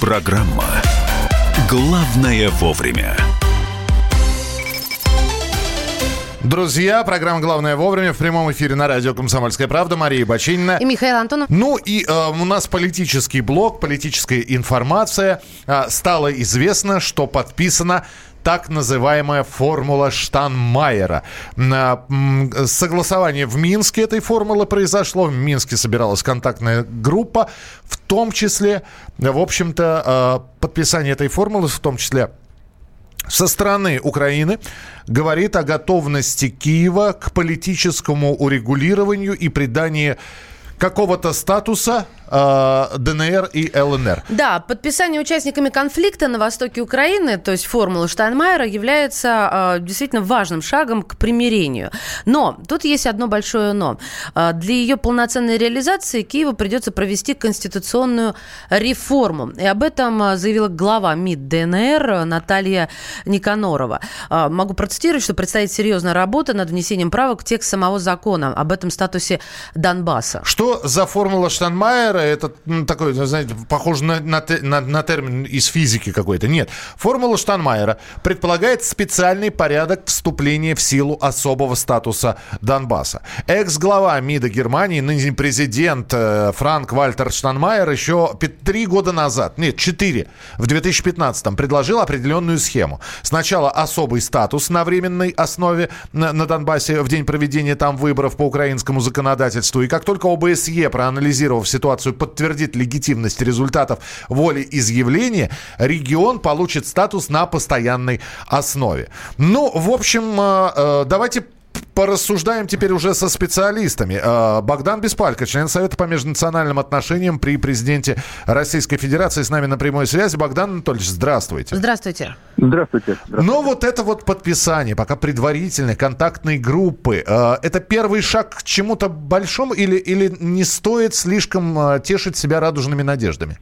Программа «Главное вовремя». Друзья, программа «Главное вовремя» в прямом эфире на радио «Комсомольская правда». Мария Бачинина. И Михаил Антонов. Ну и у нас политический блок, политическая информация. Стало известно, что подписана так называемая формула Штайнмайера. Согласование в Минске этой формулы произошло. В Минске собиралась контактная группа. В том числе, в общем-то, подписание этой формулы, в том числе со стороны Украины, говорит о готовности Киева к политическому урегулированию и приданию какого-то статуса ДНР и ЛНР. Да, подписание участниками конфликта на востоке Украины, то есть формула Штайнмайера, является действительно важным шагом к примирению. Но тут есть одно большое но. Для ее полноценной реализации Киеву придется провести конституционную реформу. И об этом заявила глава МИД ДНР Наталья Никанорова. Могу процитировать, что предстоит серьезная работа над внесением правок в текст самого закона об этом статусе Донбасса. Что за формула Штайнмайера? Это такой, знаете, похоже на термин из физики какой-то. Нет. Формула Штайнмайера предполагает специальный порядок вступления в силу особого статуса Донбасса. Экс-глава МИДа Германии, нынешний президент Франк-Вальтер Штайнмайер еще 3 года назад, нет, 4, в 2015-м предложил определенную схему. Сначала особый статус на временной основе на Донбассе в день проведения там выборов по украинскому законодательству. И как только ОБСЕ, проанализировав ситуацию, подтвердит легитимность результатов волеизъявления, регион получит статус на постоянной основе. Ну, в общем, давайте порассуждаем теперь уже со специалистами. Богдан Беспалько, член Совета по межнациональным отношениям при президенте Российской Федерации, с нами на прямой связи. Богдан Анатольевич, здравствуйте. Здравствуйте. Здравствуйте. Но вот это вот подписание, пока предварительной контактной группы, это первый шаг к чему-то большому или не стоит слишком тешить себя радужными надеждами?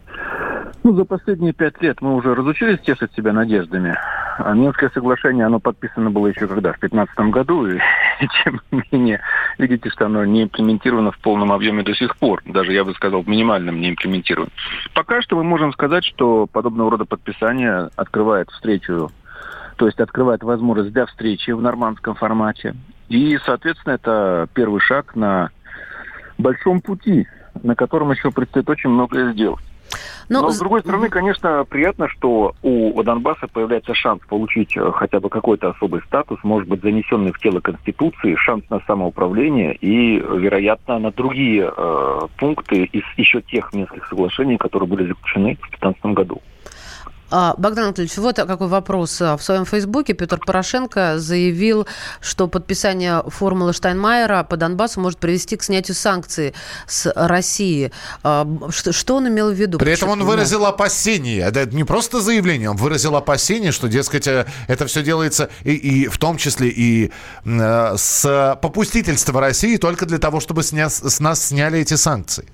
Ну, за последние 5 лет мы уже разучились тешить себя надеждами. Минское соглашение, оно подписано было еще когда? В 2015 году. И тем не менее, видите, что оно не имплементировано в полном объеме до сих пор. Даже, я бы сказал, в минимальном не имплементировано. Пока что мы можем сказать, что подобного рода подписание открывает встречу, то есть открывает возможность для встречи в нормандском формате. И, соответственно, это первый шаг на большом пути, на котором еще предстоит очень многое сделать. Но, с другой стороны, конечно, приятно, что у Донбасса появляется шанс получить хотя бы какой-то особый статус, может быть, занесенный в тело Конституции, шанс на самоуправление и, вероятно, на другие пункты из еще тех Минских соглашений, которые были заключены в 2015 году. Богдан Анатольевич, вот какой вопрос. В своем фейсбуке Петр Порошенко заявил, что подписание формулы Штайнмайера по Донбассу может привести к снятию санкций с России. Что он имел в виду? При этом он выразил опасения. Это не просто заявление, он выразил опасения, что, дескать, это все делается и в том числе и с попустительства России только для того, чтобы с нас сняли эти санкции.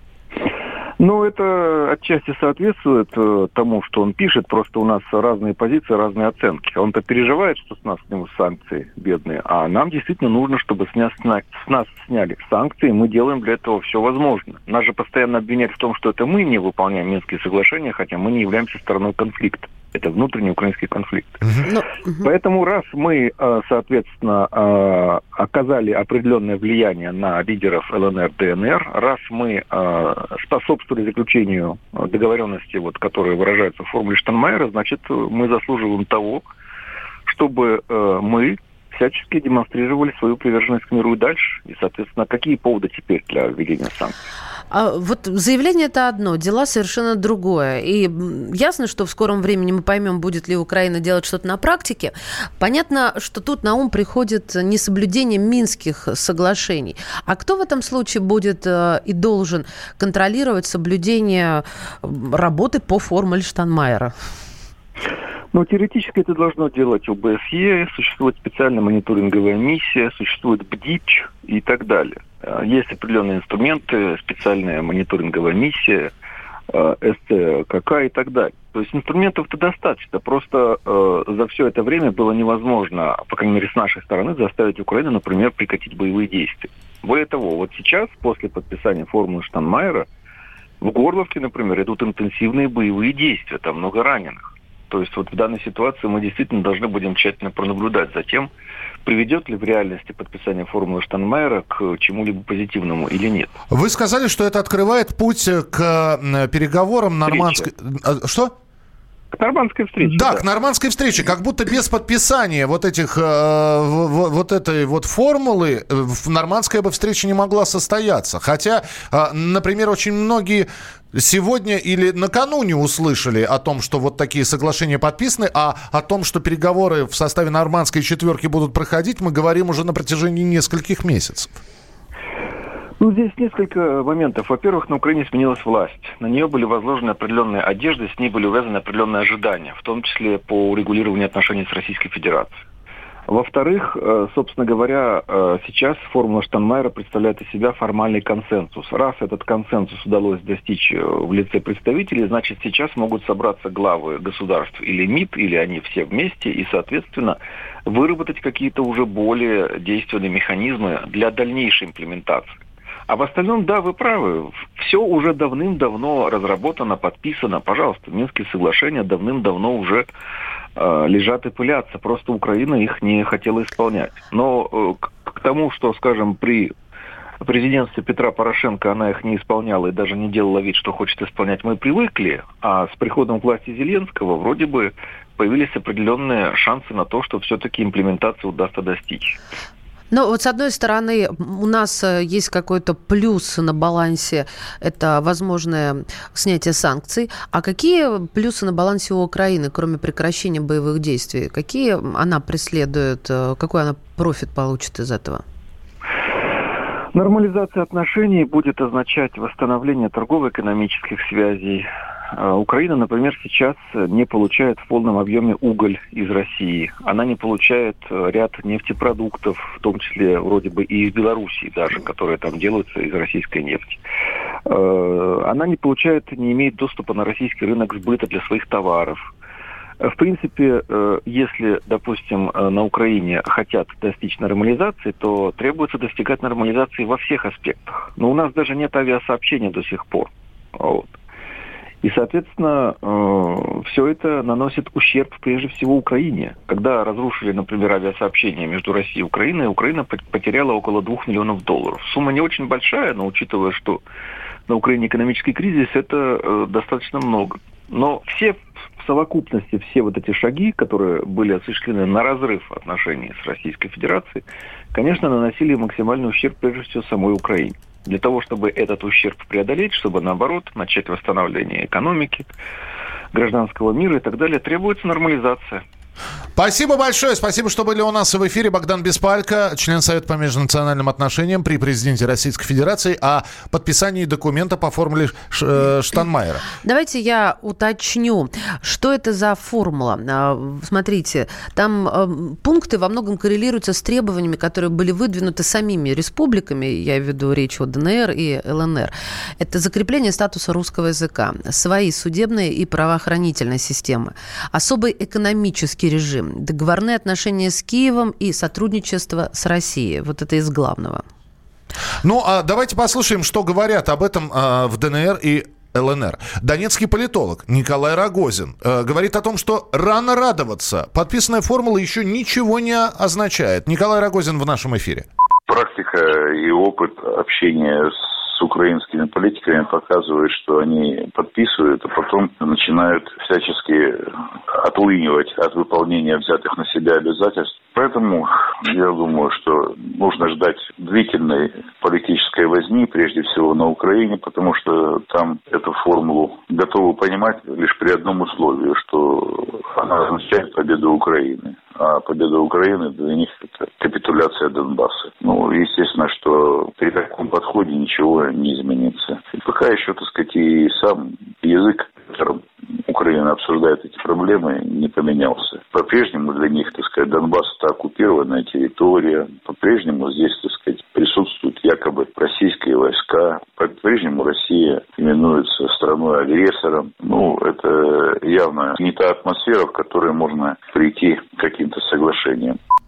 Ну, это отчасти соответствует тому, что он пишет, просто у нас разные позиции, разные оценки. Он-то переживает, что с нас снимут санкции бедные, а нам действительно нужно, чтобы с нас сняли санкции, мы делаем для этого все возможное. Нас же постоянно обвиняют в том, что это мы не выполняем Минские соглашения, хотя мы не являемся стороной конфликта. Это внутренний украинский конфликт. Поэтому раз мы, соответственно, оказали определенное влияние на лидеров ЛНР, ДНР, раз мы способствовали заключению договоренности, которые выражаются в формуле Штайнмайера, значит, мы заслуживаем того, чтобы мы всячески демонстрировали свою приверженность к миру и дальше. И, соответственно, какие поводы теперь для введения санкций? Вот заявление – это одно, дела совершенно другое. И ясно, что в скором времени мы поймем, будет ли Украина делать что-то на практике. Понятно, что тут на ум приходит несоблюдение Минских соглашений. А кто в этом случае будет и должен контролировать соблюдение работы по формуле Штайнмайера? Ну, теоретически это должно делать ОБСЕ, существует специальная мониторинговая миссия, существует БДИЧ и так далее. Есть определенные инструменты, специальная мониторинговая миссия, СЦКК и так далее. То есть инструментов-то достаточно, просто за все это время было невозможно, по крайней мере, с нашей стороны, заставить Украину, например, прекратить боевые действия. Более того, вот сейчас, после подписания формулы Штайнмайера, В Горловке, например, идут интенсивные боевые действия, там много раненых. То есть вот в данной ситуации мы действительно должны будем тщательно пронаблюдать за тем, приведет ли в реальности подписание формулы Штайнмайера к чему-либо позитивному или нет. Вы сказали, что это открывает путь к переговорам нормандской... Что? К нормандской встрече. Да, к нормандской встрече. Как будто без подписания вот этих, вот этой вот формулы нормандская бы встреча не могла состояться. Хотя, например, очень многие сегодня или накануне услышали о том, что вот такие соглашения подписаны, а о том, что переговоры в составе нормандской четверки будут проходить, мы говорим уже на протяжении нескольких месяцев. Ну, здесь несколько моментов. Во-первых, на Украине сменилась власть. На нее были возложены определенные одежды, с ней были увязаны определенные ожидания, в том числе по урегулированию отношений с Российской Федерацией. Во-вторых, собственно говоря, сейчас формула Штайнмайера представляет из себя формальный консенсус. Раз этот консенсус удалось достичь в лице представителей, значит, сейчас могут собраться главы государств или МИД, или они все вместе, и, соответственно, выработать какие-то уже более действенные механизмы для дальнейшей имплементации. А в остальном, да, вы правы. Все уже давным-давно разработано, подписано. Пожалуйста, Минские соглашения давным-давно уже лежат и пылятся. Просто Украина их не хотела исполнять. Но к тому, что, скажем, при президентстве Петра Порошенко она их не исполняла и даже не делала вид, что хочет исполнять, мы привыкли. А с приходом к власти Зеленского вроде бы появились определенные шансы на то, что все-таки имплементацию удастся достичь. Но вот с одной стороны, у нас есть какой-то плюс на балансе, это возможное снятие санкций. А какие плюсы на балансе у Украины, кроме прекращения боевых действий? Какие она преследует, какой она профит получит из этого? Нормализация отношений будет означать восстановление торгово-экономических связей. Украина, например, сейчас не получает в полном объеме уголь из России. Она не получает ряд нефтепродуктов, в том числе вроде бы и из Белоруссии даже, которые там делаются из российской нефти. Она не получает, не имеет доступа на российский рынок сбыта для своих товаров. В принципе, если, допустим, на Украине хотят достичь нормализации, то требуется достигать нормализации во всех аспектах. Но у нас даже нет авиасообщения до сих пор. Вот. И, соответственно, все это наносит ущерб прежде всего Украине. Когда разрушили, например, авиасообщение между Россией и Украиной, Украина потеряла около $2 миллионов. Сумма не очень большая, но учитывая, что на Украине экономический кризис, это достаточно много. Но все в совокупности, все вот эти шаги, которые были осуществлены на разрыв отношений с Российской Федерацией, конечно, наносили максимальный ущерб прежде всего самой Украине. Для того, чтобы этот ущерб преодолеть, чтобы, наоборот, начать восстановление экономики, гражданского мира и так далее, требуется нормализация. Спасибо большое. Спасибо, что были у нас в эфире. Богдан Беспалько, член Совета по межнациональным отношениям при президенте Российской Федерации, о подписании документа по формуле Штайнмайера. Давайте я уточню, что это за формула. Смотрите, там пункты во многом коррелируются с требованиями, которые были выдвинуты самими республиками, я имею в виду речь о ДНР и ЛНР. Это закрепление статуса русского языка, свои судебные и правоохранительные системы, особый экономический режим, договорные отношения с Киевом и сотрудничество с Россией. Вот это из главного. Ну, а давайте послушаем, что говорят об этом в ДНР и ЛНР. Донецкий политолог Николай Рогозин говорит о том, что рано радоваться. Подписанная формула еще ничего не означает. Николай Рогозин в нашем эфире. Практика и опыт общения с украинскими политиками показывает, что они подписывают, а потом начинают всячески отлынивать от выполнения взятых на себя обязательств. Поэтому я думаю, что нужно ждать длительной политической возни, прежде всего на Украине, потому что там эту формулу готовы понимать лишь при одном условии, что она означает победу Украины. А победа Украины для них – это капитуляция Донбасса. Ну, естественно, что при таком подходе ничего не изменится. И пока еще, так сказать, и сам язык, которым Украина обсуждает эти проблемы, не поменялся. По-прежнему для них, так сказать, Донбасс – это оккупированная территория. По-прежнему здесь, так сказать, присутствуют якобы российские войска. По-прежнему Россия именуется страной-агрессором. Ну, это явно не та атмосфера, в которой можно прийти к каким-то соглашениям.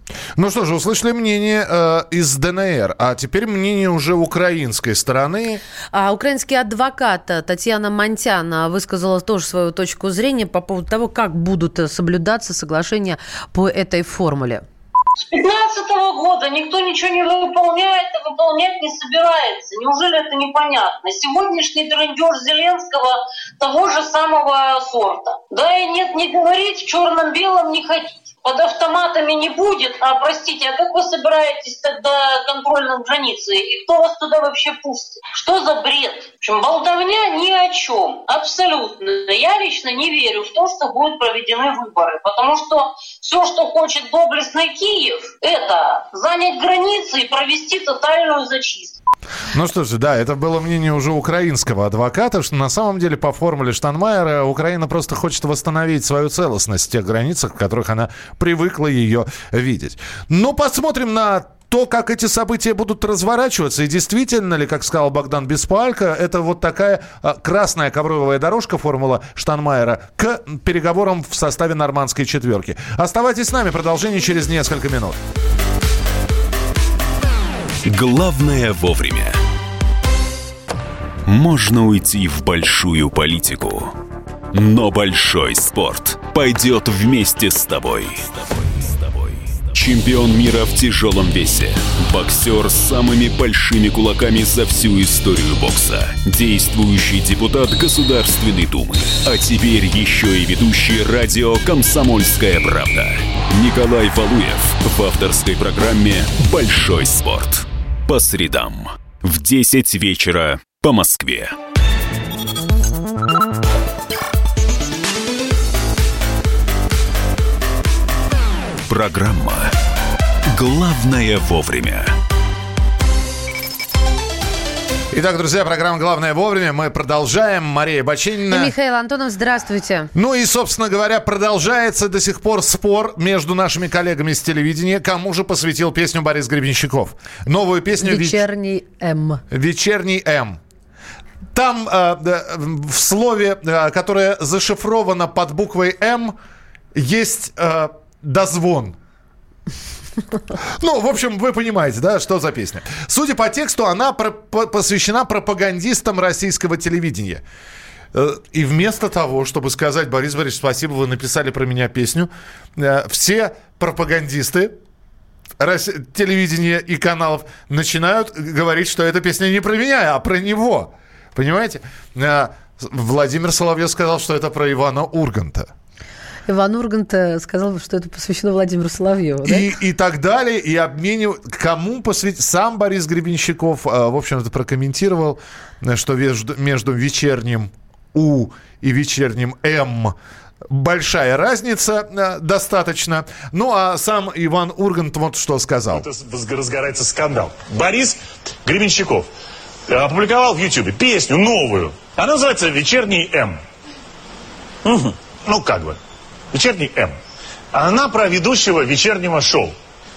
Ну что же, услышали мнение из ДНР, а теперь мнение уже украинской стороны. Украинский адвокат Татьяна Монтян высказала тоже свою точку зрения по поводу того, как будут соблюдаться соглашения по этой формуле. С 2015 года никто ничего не выполняет и выполнять не собирается. Неужели это непонятно? Сегодняшний трындеж Зеленского того же самого сорта. Да и нет, не говорить, в черном-белом не хотите. Под автоматами не будет, простите, а как вы собираетесь тогда контроль над границей? И кто вас туда вообще пустит? Что за бред? В общем, болтовня ни о чем. Абсолютно. Я лично не верю в то, что будут проведены выборы. Потому что все, что хочет доблестный Киев, это занять границы и провести тотальную зачистку. Ну что же, да, это было мнение уже украинского адвоката, что на самом деле по формуле Штайнмайера Украина просто хочет восстановить свою целостность в тех границах, в которых она привыкла ее видеть. Но посмотрим на то, как эти события будут разворачиваться. И действительно ли, как сказал Богдан Беспалько, это вот такая красная ковровая дорожка, формула Штайнмайера, к переговорам в составе нормандской четверки. Оставайтесь с нами, продолжение через несколько минут. Главное вовремя. Можно уйти в большую политику, но большой спорт пойдет вместе с тобой. Чемпион мира в тяжелом весе. Боксер с самыми большими кулаками за всю историю бокса. Действующий депутат Государственной Думы. А теперь еще и ведущий радио «Комсомольская правда». Николай Валуев в авторской программе «Большой спорт». По средам в 10 вечера по Москве. Программа «Главное вовремя». Итак, друзья, программа «Главное вовремя». Мы продолжаем. Мария Баченина. И Михаил Антонов, здравствуйте. Ну и, собственно говоря, продолжается до сих пор спор между нашими коллегами с телевидения, кому же посвятил песню Борис Гребенщиков. Новую песню «Вечерний М». «Вечерний М». Там в слове, которое зашифровано под буквой «М», есть дозвон. Ну, в общем, вы понимаете, да, что за песня. Судя по тексту, она посвящена пропагандистам российского телевидения. И вместо того, чтобы сказать: Борис Борисович, спасибо, вы написали про меня песню, все пропагандисты телевидения и каналов начинают говорить, что эта песня не про меня, а про него. Понимаете? Владимир Соловьев сказал, что это про Ивана Урганта. Иван Ургант сказал, что это посвящено Владимиру Соловьеву, да? И так далее, и обменивал... Кому посвятить? Сам Борис Гребенщиков, в общем-то, прокомментировал, что между вечерним У и вечерним М большая разница достаточно. Ну, а сам Иван Ургант вот что сказал. Это разгорается скандал. Борис Гребенщиков опубликовал в Ютьюбе песню новую. Она называется «Вечерний М». Угу. Ну, как бы. «Вечерний М». Она про ведущего вечернего шоу.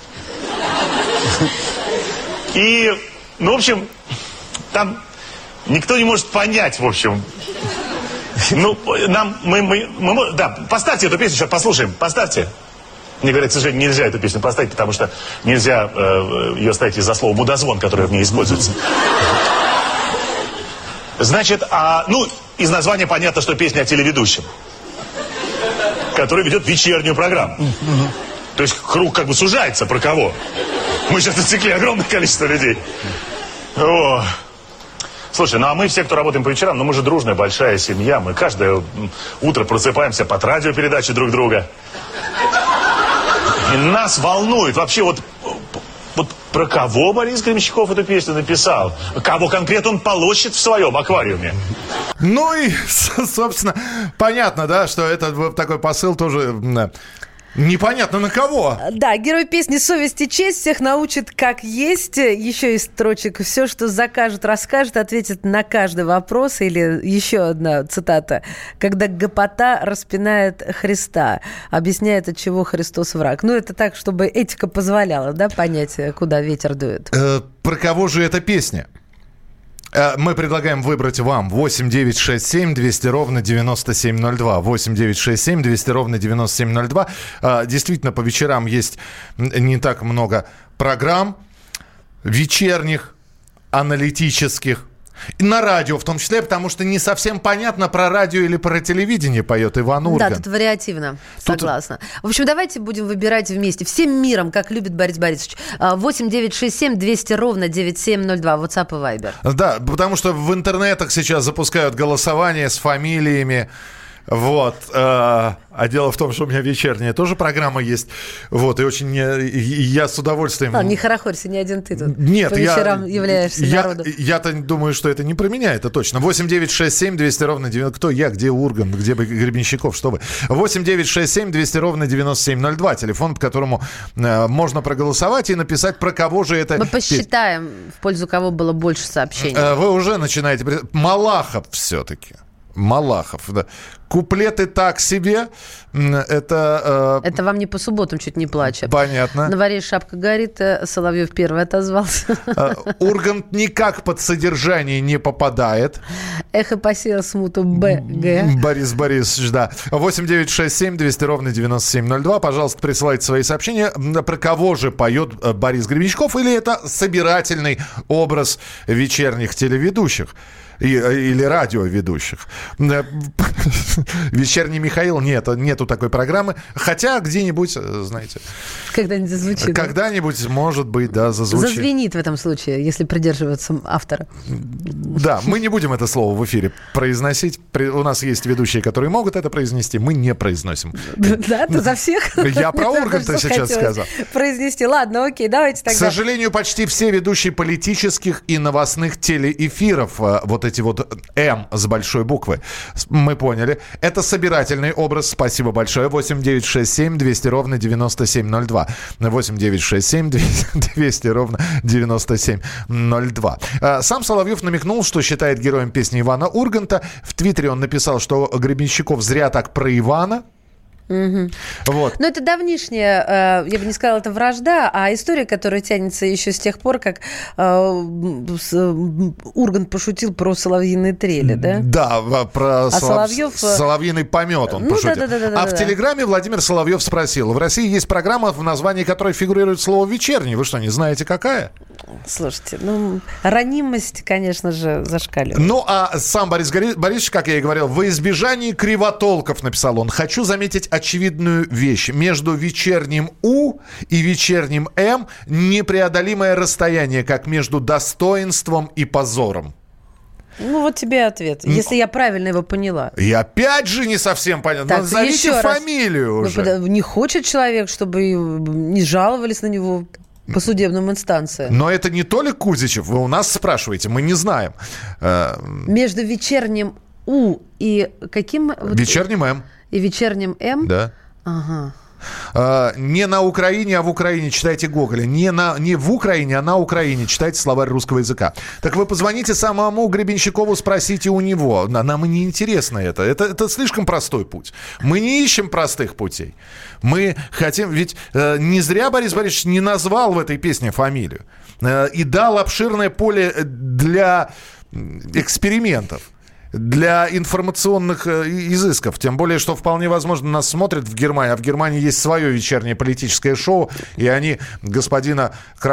И, ну, в общем, там никто не может понять, в общем. Ну, да, поставьте эту песню, сейчас послушаем, поставьте. Мне говорят, к сожалению, нельзя эту песню поставить, потому что нельзя ее ставить из-за слова «мудозвон», которое в ней используется. Значит, из названия понятно, что песня о телеведущем, который ведет вечернюю программу. То есть круг как бы сужается. Про кого? Мы сейчас отсекли огромное количество людей. О. Слушай, а мы все, кто работаем по вечерам, мы же дружная большая семья. Мы каждое утро просыпаемся под радиопередачи друг друга. И нас волнует вообще вот про кого Борис Гребенщиков эту песню написал? Кого конкретно он полощет в своем аквариуме? Ну и, собственно, понятно, да, что это такой посыл тоже... Непонятно на кого. Да, герой песни «Совесть и честь» всех научит как есть. Еще из строчек: все, что закажет, расскажет, ответит на каждый вопрос. Или еще одна цитата: когда гопота распинает Христа, объясняет, от чего Христос враг. Ну, это так, чтобы этика позволяла, да, понять, куда ветер дует. Про кого же эта песня? Мы предлагаем выбрать вам 8 9 6 7 200 ровно 9702. 8 9 6 7 200 ровно 9702. Действительно, по вечерам есть не так много программ вечерних, аналитических. И на радио в том числе, потому что не совсем понятно, про радио или про телевидение поет Иван Ургант. Да, тут вариативно, согласна. В общем, давайте будем выбирать вместе, всем миром, как любит Борис Борисович. 8 9 6 7 200 ровно 9702, WhatsApp и Viber. Да, потому что в интернетах сейчас запускают голосование с фамилиями. Вот. А дело в том, что у меня вечерняя тоже программа есть. Вот. И очень я с удовольствием... Не хорохорься, не один ты тут. Нет, по вечерам являешься народу. Я-то думаю, что это не про меня, это точно. 8 9 6 7 200 ровно 90... Кто я, где Ургант, где Гребенщиков, что вы? 8 9 6 7 200 ровно 9702. Телефон, по которому можно проголосовать и написать, про кого же это... Мы посчитаем, в пользу кого было больше сообщений. Вы уже начинаете... Малахов все-таки. Малахов, да. Куплеты так себе. Это вам не по субботам чуть не плачет. Понятно. На варе шапка горит, Соловьев первый отозвался. Ургант никак под содержание не попадает. Эхо посеял смуту БГ. Борис Борисович, да. 8 9 6 7 200 ровно 9702. Пожалуйста, присылайте свои сообщения. Про кого же поет Борис Гребенщиков? Или это собирательный образ вечерних телеведущих? Или радиоведущих. Вечерний Михаил, нету такой программы. Хотя где-нибудь, знаете... Когда-нибудь зазвучит. Когда-нибудь, может быть, да, зазвучит. Зазвенит в этом случае, если придерживаться автора. Да, мы не будем это слово в эфире произносить. У нас есть ведущие, которые могут это произнести. Мы не произносим. Да, ты за всех? Я про Урганта сейчас сказал. Произнести. Ладно, окей, давайте тогда. К сожалению, почти все ведущие политических и новостных телеэфиров, вот эти вот М с большой буквы, мы поняли. Это собирательный образ. Спасибо большое. 8 9 6 7 200 ровно 9702. 8 9 6 7 200 ровно 9702. Сам Соловьев намекнул, что считает героем песни Ивана Урганта. В Твиттере он написал, что Гребенщиков зря так про Ивана. Угу. Вот. Но это давнишняя, я бы не сказала, это вражда, а история, которая тянется еще с тех пор, как Ургант пошутил про соловьиные трели, да? Да, про Соловьев... соловьиный помет он пошутил. Да. В Телеграме Владимир Соловьев спросил: в России есть программа, в названии которой фигурирует слово «вечерний». Вы что, не знаете, какая? Слушайте, ранимость, конечно же, зашкаливает. Ну, а сам Борис Борисович, как я и говорил, во избежании кривотолков, написал он: хочу заметить очевидную вещь. Между вечерним У и вечерним М непреодолимое расстояние, как между достоинством и позором. Ну, вот тебе ответ, если я правильно его поняла. И опять же не совсем понятно. Так, назовите фамилию уже. Не хочет человек, чтобы не жаловались на него по судебным инстанциям. Но это не Толик Кузичев. Вы у нас спрашиваете, мы не знаем. Между вечерним У и каким? Вечерним М. И вечерним М? Да. Ага. Не на Украине, а в Украине читайте Гоголя. Не в Украине, а на Украине читайте словарь русского языка. Так вы позвоните самому Гребенщикову, спросите у него. Нам и не интересно это. Это слишком простой путь. Мы не ищем простых путей. Мы хотим... Ведь не зря Борис Борисович не назвал в этой песне фамилию. И дал обширное поле для экспериментов, для информационных изысков. Тем более, что вполне возможно нас смотрят в Германии, а в Германии есть свое вечернее политическое шоу, и они господина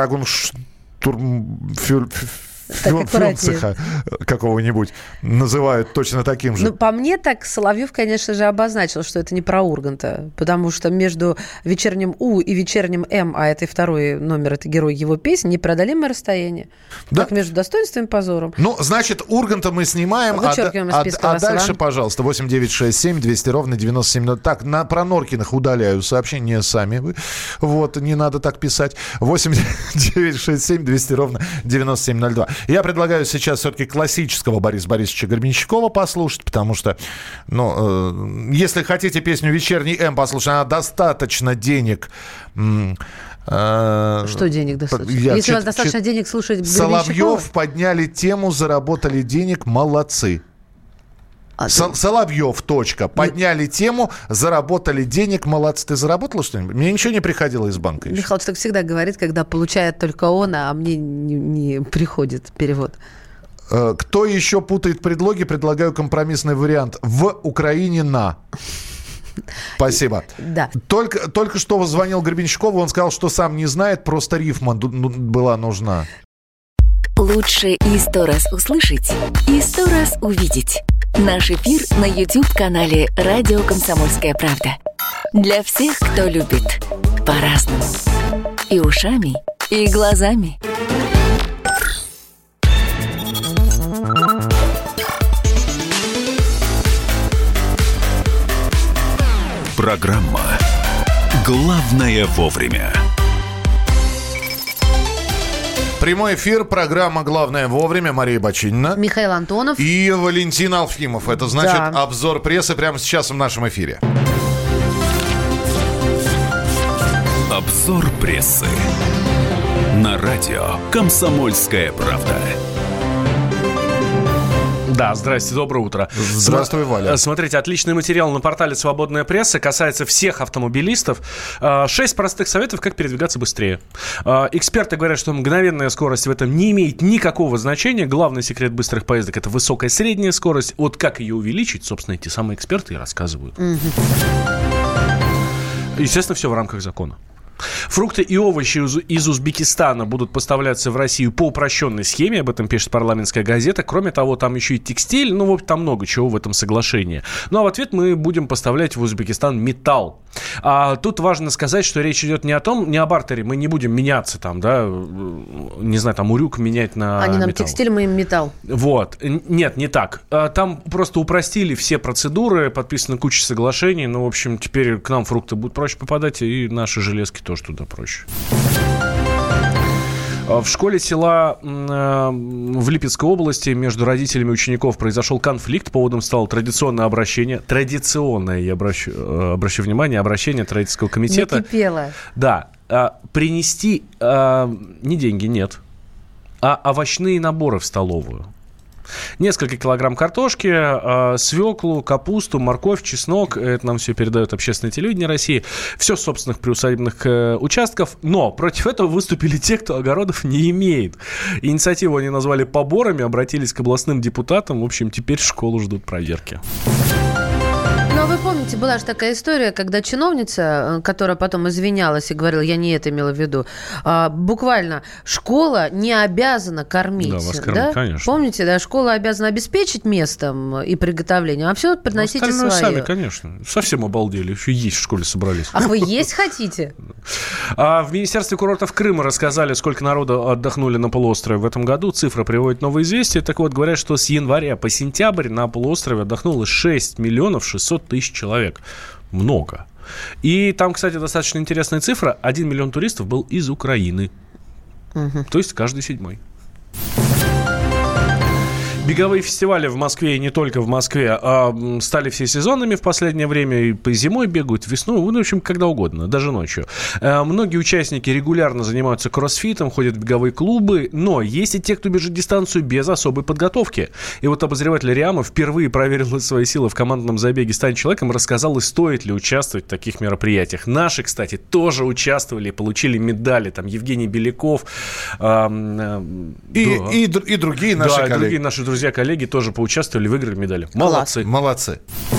Крагунштурмфюрцеха какого-нибудь называют точно таким же. Ну, по мне так Соловьев, конечно же, обозначил, что это не про Урганта, потому что между вечерним У и вечерним М, а это и второй номер, это герой его песни, непреодолимое расстояние. Да. Как между достоинством и позором. Ну, значит, Урганта мы снимаем, а дальше, пожалуйста, 8 9 6 7 200 ровно 97. Так, про Норкиных удаляю сообщения сами вы. Вот, не надо так писать. 8 9 6 7 200 ровно 9702. Я предлагаю сейчас все-таки классического Бориса Борисовича Гребенщикова послушать, потому что, если хотите песню «Вечерний М» послушать, она достаточно денег... Что денег достаточно? Если у вас достаточно денег слушать Гребенщикова... Соловьев подняли тему, заработали денег, молодцы. Соловьев, точка. Подняли тему, заработали денег, молодцы. Ты заработала что-нибудь? Мне ничего не приходило из банка еще. Михаил так всегда говорит, когда получает только он, а мне не приходит перевод. Кто еще путает предлоги, предлагаю компромиссный вариант. В Украине на. Спасибо. Да. Только что звонил Гребенщикову, он сказал, что сам не знает, просто рифма была нужна. Лучше и 100 раз услышать, и 100 раз увидеть. Наш эфир на YouTube-канале «Радио Комсомольская правда». Для всех, кто любит по-разному. И ушами, и глазами. Программа «Главное вовремя». Прямой эфир, программа «Главное вовремя». Мария Бачинина. Михаил Антонов. И Валентин Алфимов. Это значит обзор прессы прямо сейчас в нашем эфире. Обзор прессы. На радио «Комсомольская правда». Да, здрасте, доброе утро. Здравствуй, Валя. Смотрите, отличный материал на портале «Свободная пресса», касается всех автомобилистов. 6 простых советов, как передвигаться быстрее. Эксперты говорят, что мгновенная скорость в этом не имеет никакого значения. Главный секрет быстрых поездок – это высокая средняя скорость. Вот как ее увеличить, собственно, эти самые эксперты и рассказывают. Естественно, все в рамках закона. Фрукты и овощи из Узбекистана будут поставляться в Россию по упрощенной схеме, об этом пишет парламентская газета. Кроме того, там еще и текстиль, ну, вот там много чего в этом соглашении. Ну, а в ответ мы будем поставлять в Узбекистан металл. А тут важно сказать, что речь идет не о бартере, мы не будем меняться там, да, не знаю, там урюк менять на Они нам металл. текстиль, мы им металл. Вот. Нет, не так. Там просто упростили все процедуры, подписана куча соглашений. Ну, в общем, теперь к нам фрукты будут проще попадать, и наши железки тоже туда проще. В школе села в Липецкой области между родителями учеников произошел конфликт. Поводом стало традиционное, я обращу внимание, обращение родительского комитета. Накипело. Да. Принести не деньги, нет, а овощные наборы в столовую. Несколько килограмм картошки, свеклу, капусту, морковь, чеснок. Это нам все передает общественное телевидение России. Все с собственных приусадебных участков. Но против этого выступили те, кто огородов не имеет. Инициативу они назвали поборами, обратились к областным депутатам. В общем, теперь школу ждут проверки. Ну, вы помните, была же такая история, когда чиновница, которая потом извинялась и говорила, я не это имела в виду, буквально школа не обязана кормить. Да, вас кормить, конечно. Помните, да, школа обязана обеспечить местом и приготовлением, а все приносите свое. Сами, конечно. Совсем обалдели, еще есть в школе собрались. Ах, вы есть хотите? В Министерстве курортов Крыма рассказали, сколько народу отдохнули на полуострове в этом году. Цифра приводит новые известия. Так вот, говорят, что с января по сентябрь на полуострове отдохнуло 6 миллионов 600 тысяч человек. Много. И там, кстати, достаточно интересная цифра. 1 миллион туристов был из Украины. То есть каждый 7-й. Беговые фестивали в Москве и не только в Москве стали всесезонными в последнее время. И по зимой бегают, весной, в общем, когда угодно, даже ночью. Многие участники регулярно занимаются кроссфитом, ходят в беговые клубы, но есть и те, кто бежит дистанцию без особой подготовки. И вот обозреватель РИАМа впервые проверил свои силы в командном забеге «Стань человеком», рассказал, и стоит ли участвовать в таких мероприятиях. Наши, кстати, тоже участвовали и получили медали. Там Евгений Беляков. И другие наши коллеги. Другие наши друзья, коллеги тоже поучаствовали, выиграли медали. Молодцы.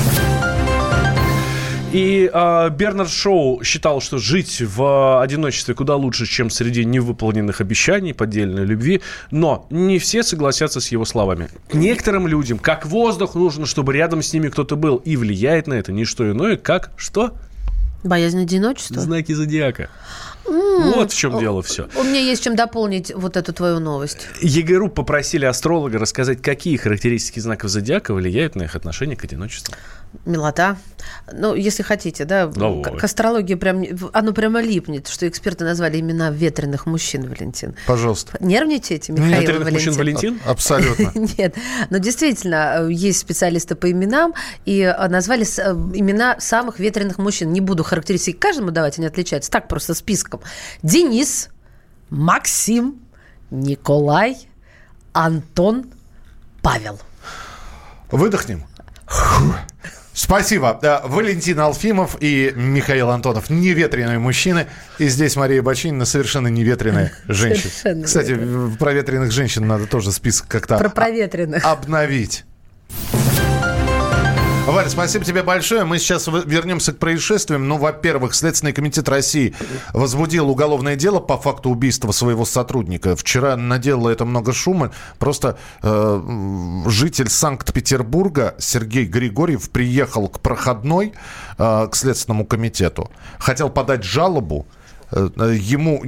И Бернард Шоу считал, что жить в одиночестве куда лучше, чем среди невыполненных обещаний, поддельной любви. Но не все согласятся с его словами. Некоторым людям, как воздух, нужно, чтобы рядом с ними кто-то был. И влияет на это не что иное, как что? Боязнь одиночества? Знаки зодиака. Вот в чем дело все. У меня есть чем дополнить вот эту твою новость. ЕГРУ попросили астролога рассказать, какие характеристики знаков зодиака влияют на их отношение к одиночеству. Милота. Ну, если хотите, да, к астрологии оно прямо липнет, что эксперты назвали имена ветреных мужчин, Валентин. Пожалуйста. Нервничаете, Михаил? Ветреных мужчин Валентин? Абсолютно. Нет, но действительно, есть специалисты по именам, и назвали имена самых ветреных мужчин. Не буду характеристики каждому давать, они отличаются. Так, просто списком. Денис, Максим, Николай, Антон, Павел. Выдохнем. Спасибо. Валентин Алфимов и Михаил Антонов. Неветреные мужчины. И здесь Мария Бочинина, совершенно неветреная женщина. Кстати, про ветреных женщин надо тоже список как-то обновить. Валя, спасибо тебе большое. Мы сейчас вернемся к происшествиям. Ну, во-первых, Следственный комитет России возбудил уголовное дело по факту убийства своего сотрудника. Вчера наделало это много шума. Просто житель Санкт-Петербурга Сергей Григорьев приехал к проходной, к Следственному комитету. Хотел подать жалобу. Ему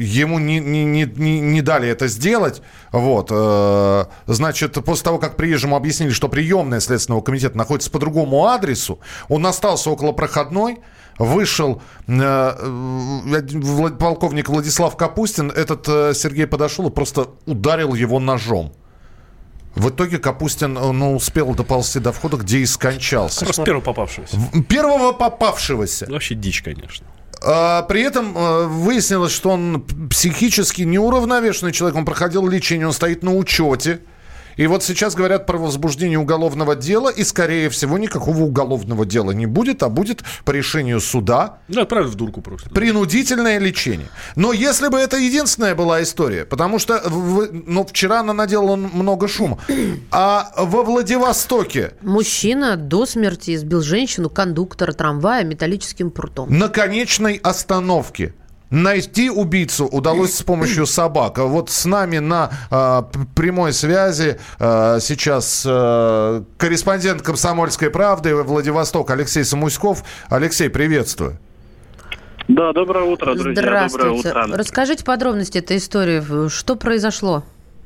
не дали это сделать. Вот. Значит, после того, как приезжему объяснили, что приемная Следственного комитета находится по другому адресу, он остался около проходной. Вышел полковник Владислав Капустин. Этот Сергей подошел и просто ударил его ножом. В итоге Капустин успел доползти до входа, где и скончался. Просто первого попавшегося. Первого попавшегося. Вообще дичь, конечно. При этом выяснилось, что он психически неуравновешенный человек. Он проходил лечение, он стоит на учете. И вот сейчас говорят про возбуждение уголовного дела. И, скорее всего, никакого уголовного дела не будет, а будет по решению суда. Да, отправят в дурку просто. Принудительное лечение. Но если бы это единственная была история, потому что вчера она наделала много шума. А во Владивостоке... Мужчина до смерти избил женщину, кондуктора трамвая металлическим прутом. На конечной остановке. Найти убийцу удалось с помощью собак. Вот с нами на прямой связи сейчас корреспондент «Комсомольской правды» Владивосток Алексей Самуськов. Алексей, приветствую. Да, доброе утро, друзья. Здравствуйте. Доброе утро. Расскажите подробности этой истории. Что произошло?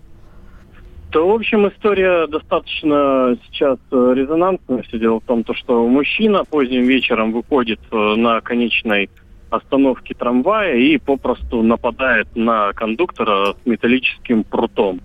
То, в общем, история достаточно сейчас резонансная. Все дело в том, что мужчина поздним вечером выходит на конечной остановки трамвая и попросту нападает на кондуктора с металлическим прутом.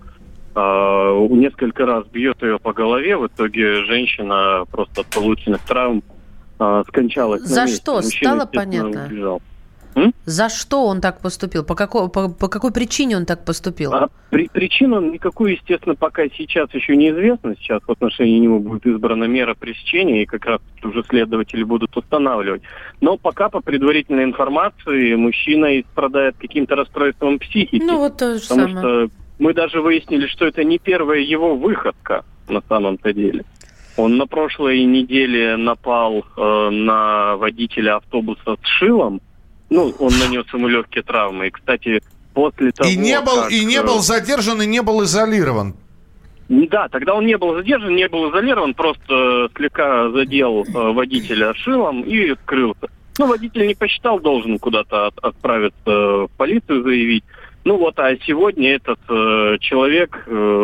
Несколько раз бьет ее по голове. В итоге женщина просто от полученных травм скончалась. За что? Мужчина, стало понятно? Убежал. За что он так поступил? По какой причине он так поступил? Причину никакую, естественно, пока сейчас еще неизвестно. Сейчас в отношении него будет избрана мера пресечения, и как раз уже следователи будут устанавливать. Но пока, по предварительной информации, мужчина страдает каким-то расстройством психики. Ну, вот то же самое. Потому что мы даже выяснили, что это не первая его выходка на самом-то деле. Он на прошлой неделе напал на водителя автобуса с шилом. Ну, он нанес ему легкие травмы. И, кстати, после того, не был задержан, и не был изолирован. Да, тогда он не был задержан, не был изолирован, просто слегка задел водителя шилом и скрылся. Ну, водитель не посчитал, должен куда-то отправиться в полицию заявить. Ну вот, а сегодня этот человек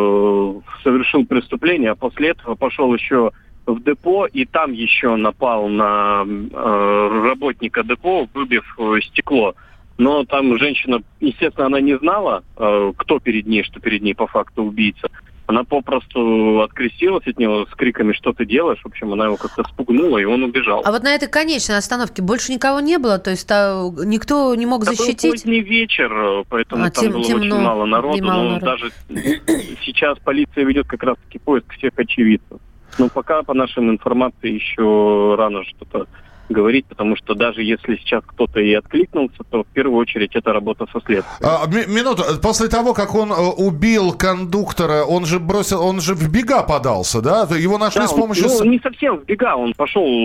совершил преступление, а после этого пошел еще в депо, и там еще напал на работника депо, выбив стекло. Но там женщина, естественно, она не знала, кто перед ней, что перед ней по факту убийца. Она попросту открестилась от него с криками «Что ты делаешь?». В общем, она его как-то спугнула, и он убежал. А вот на этой конечной остановке больше никого не было? То есть никто не мог защитить? Это был поздний вечер, поэтому там было очень мало народу. Даже сейчас полиция ведет как раз-таки поиск всех очевидцев. Но пока, по нашим информации, еще рано что-то говорить, потому что даже если сейчас кто-то и откликнулся, то в первую очередь это работа со следствием. Минуту. После того, как он убил кондуктора, он же в бега подался, да? Его нашли с помощью... не совсем в бега, он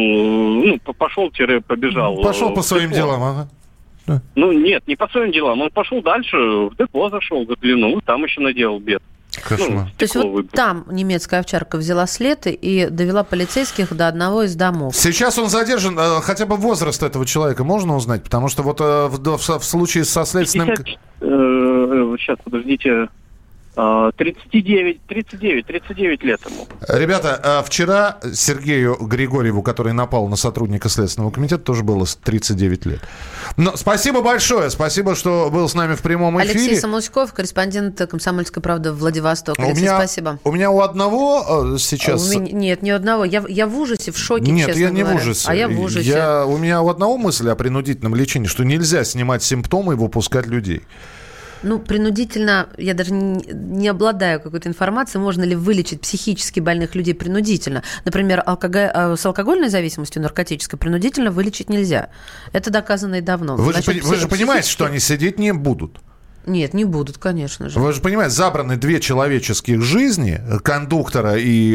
пошел-побежал. Пошел по своим делам, ага. Ну, нет, не по своим делам. Он пошел дальше, в депо зашел, заглянул, там еще наделал бед. То есть вот там немецкая овчарка взяла след и довела полицейских до одного из домов. Сейчас он задержан. Хотя бы возраст этого человека можно узнать? Потому что вот в случае со следственным... Сейчас, подождите... 39 лет ему. Ребята, вчера Сергею Григорьеву, который напал на сотрудника Следственного комитета, тоже было 39 лет. Но спасибо большое. Спасибо, что был с нами в прямом эфире. Алексей Самуськов, корреспондент «Комсомольской правды» в Владивосток. Алексей, спасибо. У меня у одного сейчас... Нет, не у одного. Я в ужасе, в шоке, Нет, честно я не говоря. в ужасе. А я в ужасе. У меня у одного мысль о принудительном лечении, что нельзя снимать симптомы и выпускать людей. Принудительно, я даже не обладаю какой-то информацией, можно ли вылечить психически больных людей принудительно. Например, с алкогольной зависимостью наркотической принудительно вылечить нельзя. Это доказано и давно. Вы же понимаете, что они сидеть не будут? Нет, не будут, конечно же. Вы же понимаете, забраны 2 человеческих жизни, кондуктора и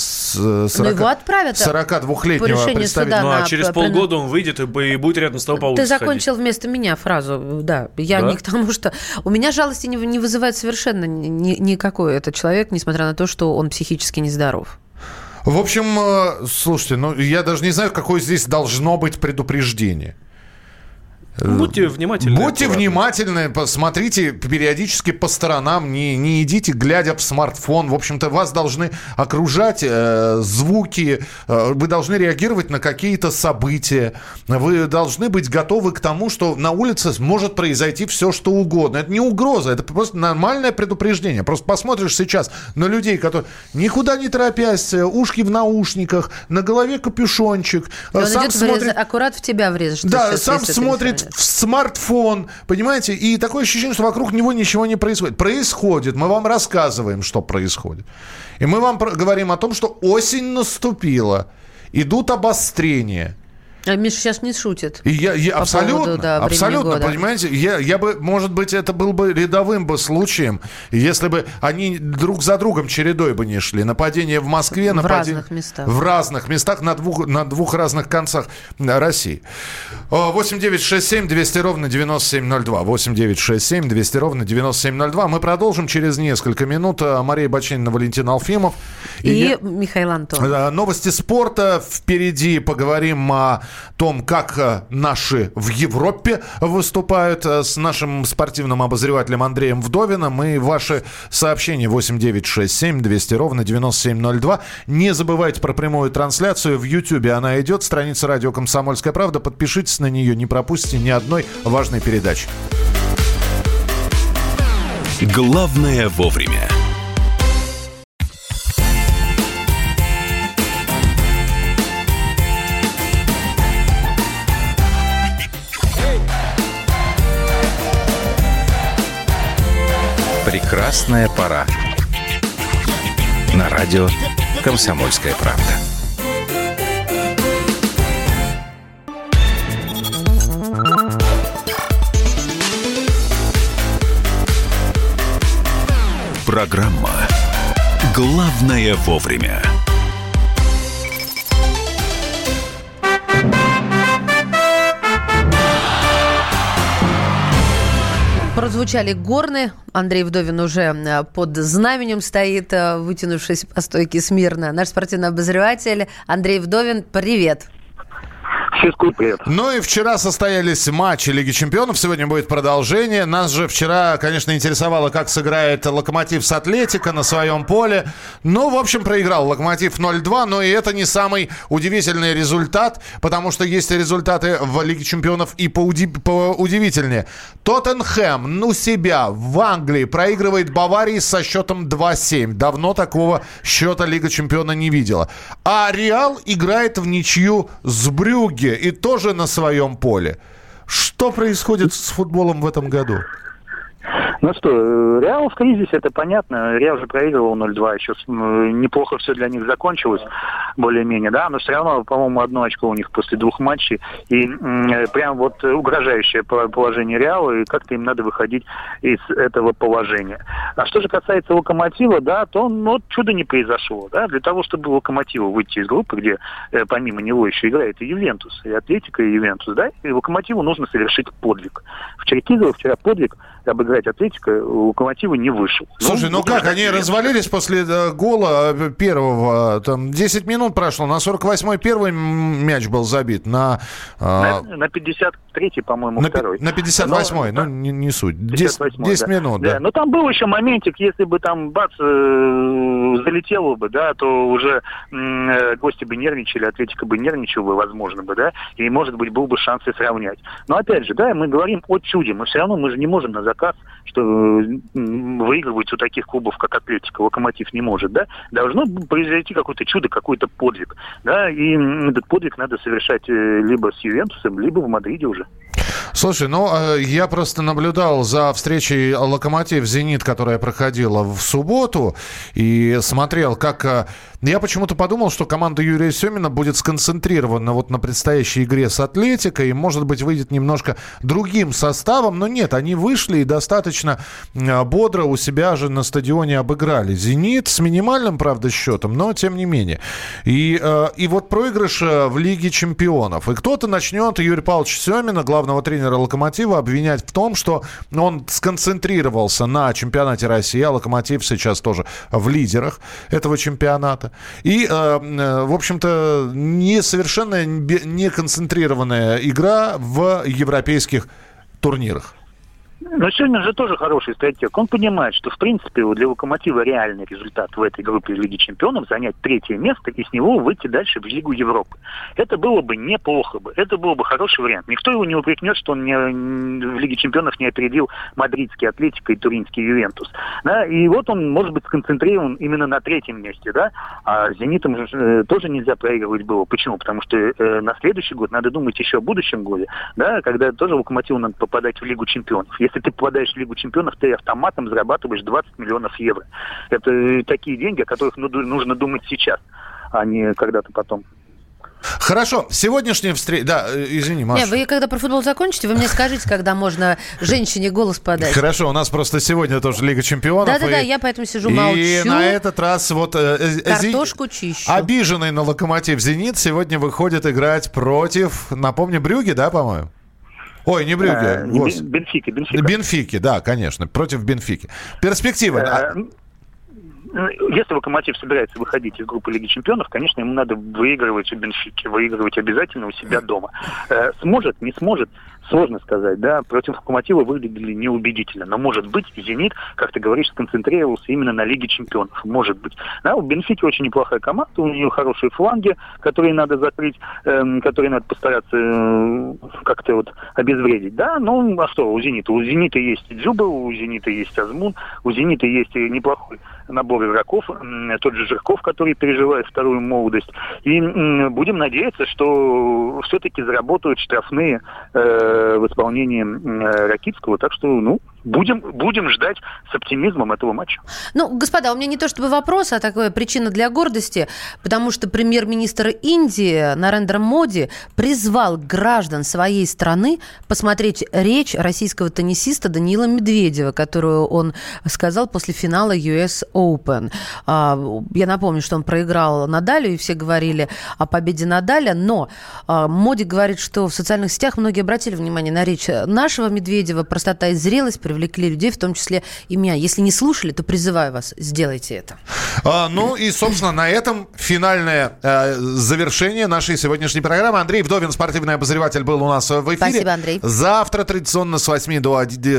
42-летнего представителя. Через полгода он выйдет и будет рядом с тобой по улице. Ты закончил вместо меня фразу, да. Я не к тому, что... У меня жалости не вызывает совершенно никакой этот человек, несмотря на то, что он психически нездоров. В общем, слушайте, я даже не знаю, какое здесь должно быть предупреждение. Будьте внимательны. Будьте внимательны, посмотрите периодически по сторонам, не идите, глядя в смартфон. В общем-то, вас должны окружать звуки, вы должны реагировать на какие-то события, вы должны быть готовы к тому, что на улице может произойти все, что угодно. Это не угроза, это просто нормальное предупреждение. Просто посмотришь сейчас на людей, которые никуда не торопясь, ушки в наушниках, на голове капюшончик. Он идет аккурат в тебя врежет. Да, сам смотрит в смартфон, понимаете, и такое ощущение, что вокруг него ничего не происходит. Происходит, мы вам рассказываем, что происходит. И мы вам говорим о том, что осень наступила, идут обострения. Миша сейчас не шутит. Абсолютно, понимаете, я бы, может быть, это был бы рядовым бы случаем, если бы они друг за другом чередой бы не шли. Нападение в Москве, разных местах. В разных местах на двух разных концах России. 8-967 200-97-02. 8-967 200-97-02. Мы продолжим через несколько минут. Мария Баченина, Валентин Алфимов. И Михаил Антонов. Новости спорта. Впереди поговорим о том, как наши в Европе выступают, с нашим спортивным обозревателем Андреем Вдовиным. И ваши сообщения 8-967 200-97-02. Не забывайте про прямую трансляцию в Ютьюбе. Она идет. Страница радио «Комсомольская правда». Подпишитесь на нее, не пропустите ни одной важной передачи. Главное вовремя. Прекрасная пора. На радио «Комсомольская правда». Программа «Главное вовремя». Прозвучали горны. Андрей Вдовин уже под знаменем стоит, вытянувшись по стойке смирно. Наш спортивный обозреватель Андрей Вдовин, привет. Привет. Ну и вчера состоялись матчи Лиги Чемпионов. Сегодня будет продолжение. Нас же вчера, конечно, интересовало, как сыграет Локомотив с Атлетико на своем поле. Ну, в общем, проиграл Локомотив 0-2. Но и это не самый удивительный результат, потому что есть результаты в Лиге Чемпионов и поудивительнее. Тоттенхэм, себя в Англии проигрывает Баварии со счетом 2-7. Давно такого счета Лига Чемпионов не видела. А Реал играет в ничью с Брюгге. И тоже на своем поле. Что происходит с футболом в этом году? Ну что, Реал в кризисе, это понятно. Реал же проигрывал 0-2. Еще неплохо все для них закончилось, более-менее, да. Но все равно, по-моему, 1 очко у них после 2 матчей. И прям вот угрожающее положение Реала, и как-то им надо выходить из этого положения. А что же касается Локомотива, да, то чудо не произошло, да. Для того, чтобы Локомотиву выйти из группы, где помимо него еще играет и Ювентус, и Атлетико, и Ювентус, да, и Локомотиву нужно совершить подвиг. В Черкизово вчера подвиг обыграть Атлетико у Локомотива не вышел. Слушай, как? Они развалились после гола первого. Там 10 минут прошло. На 48-й первый мяч был забит. На 53-й, по-моему, второй. На 58-й, не суть. 10 минут, да. Но там был еще моментик, если бы там залетело бы, да, то уже гости бы нервничали, Атлетико бы нервничал бы, возможно бы, да, и, может быть, был бы шанс и сравнять. Но, опять же, да, мы говорим о чуде. Мы все равно, мы же не можем на заказ, что выигрывать у таких клубов, как Атлетико, Локомотив не может, да. Должно произойти какое-то чудо, какой-то подвиг, да, и этот подвиг надо совершать либо с Ювентусом, либо в Мадриде уже. Слушай, я просто наблюдал за встречей «Локомотив-Зенит», которая проходила в субботу, и смотрел, как... Я почему-то подумал, что команда Юрия Семина будет сконцентрирована вот на предстоящей игре с «Атлетико», и, может быть, выйдет немножко другим составом, но нет, они вышли и достаточно бодро у себя же на стадионе обыграли «Зенит» с минимальным, правда, счетом, но тем не менее. И вот проигрыш в Лиге чемпионов. И кто-то начнет Юрия Павловича Семина, главного тренера «Локомотива», обвинять в том, что он сконцентрировался на чемпионате России, а «Локомотив» сейчас тоже в лидерах этого чемпионата. И, в общем-то, совершенно не концентрированная игра в европейских турнирах. Но сегодня же тоже хороший стратег. Он понимает, что, в принципе, для «Локомотива» реальный результат в этой группе Лиги чемпионов — занять 3-е место и с него выйти дальше в Лигу Европы. Это было бы неплохо бы. Это был бы хороший вариант. Никто его не упрекнет, что он в Лиге чемпионов не опередил мадридский «Атлетико» и туринский «Ювентус». Да? И вот он может быть сконцентрирован именно на 3-м месте. Да? А с «Зенитом» тоже нельзя проигрывать было. Почему? Потому что на следующий год надо думать еще о будущем годе, да? Когда тоже «Локомотиву» надо попадать в Лигу чемпионов. Если ты попадаешь в Лигу чемпионов, ты автоматом зарабатываешь 20 миллионов евро. Это такие деньги, о которых нужно думать сейчас, а не когда-то потом. Хорошо, сегодняшняя встреча... Да, извини, Маша. Вы когда про футбол закончите, вы мне скажите, когда можно женщине голос подать. Хорошо, у нас просто сегодня тоже Лига чемпионов. Да-да-да, я поэтому сижу, молчу. И на этот раз вот... Картошку чищу. Обиженный на «Локомотив» «Зенит» сегодня выходит играть против, напомню, Брюгге, да, по-моему? Ой, не Брюгге. Бенфики. Бенфики, да, конечно, против Бенфики. Перспективы... Если «Локомотив» собирается выходить из группы Лиги чемпионов, конечно, ему надо выигрывать у Бенфики, выигрывать обязательно у себя дома. Сможет, не сможет, сложно сказать, да. Против «Локомотива» выглядели неубедительно. Но, может быть, «Зенит», как ты говоришь, сконцентрировался именно на Лиге чемпионов. Может быть. Да, у Бенфики очень неплохая команда, у нее хорошие фланги, которые надо закрыть, которые надо постараться как-то вот обезвредить. Да, ну, а что у «Зенита»? У «Зенита» есть Дзюба, у «Зенита» есть Азмун, у «Зенита» есть неплохой набор игроков, тот же Жирков, который переживает вторую молодость. И будем надеяться, что все-таки заработают штрафные в исполнении Ракитского. Так что, будем ждать с оптимизмом этого матча. Господа, у меня не то чтобы вопрос, а такая причина для гордости, потому что премьер-министр Индии Нарендра Моди призвал граждан своей страны посмотреть речь российского теннисиста Даниила Медведева, которую он сказал после финала US Open. Я напомню, что он проиграл Надалю, и все говорили о победе Надаля, но Моди говорит, что в социальных сетях многие обратили внимание на речь нашего Медведева, простота и зрелость привлекли людей, в том числе и меня. Если не слушали, то призываю вас, сделайте это. И, собственно, на этом финальное завершение нашей сегодняшней программы. Андрей Вдовин, спортивный обозреватель, был у нас в эфире. Спасибо, Андрей. Завтра традиционно с 8 до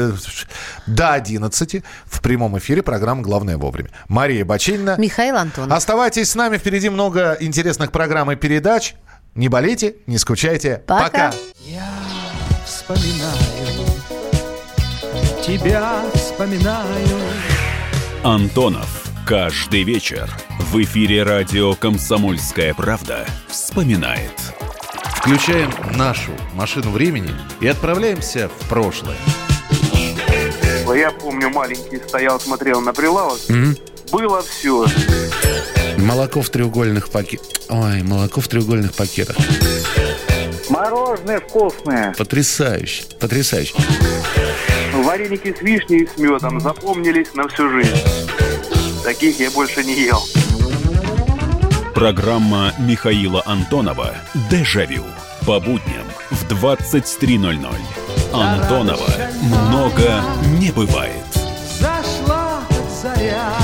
11 в прямом эфире программа «Главное вовремя». Мария Бачинина. Михаил Антонов. Оставайтесь с нами. Впереди много интересных программ и передач. Не болейте, не скучайте. Пока. Я вспоминаю, тебя вспоминаю. Антонов. Каждый вечер в эфире радио «Комсомольская правда» вспоминает. Включаем нашу машину времени и отправляемся в прошлое. Я помню, маленький стоял, смотрел на прилавок. Было все. Молоко в треугольных пакетах. Ой, молоко в треугольных пакетах. Мороженое вкусное. Потрясающе, потрясающе. Вареники с вишней и с медом запомнились на всю жизнь. Таких я больше не ел. Программа Михаила Антонова «Дежавю». По будням в 23:00. Антонова много не бывает. Зашла заря.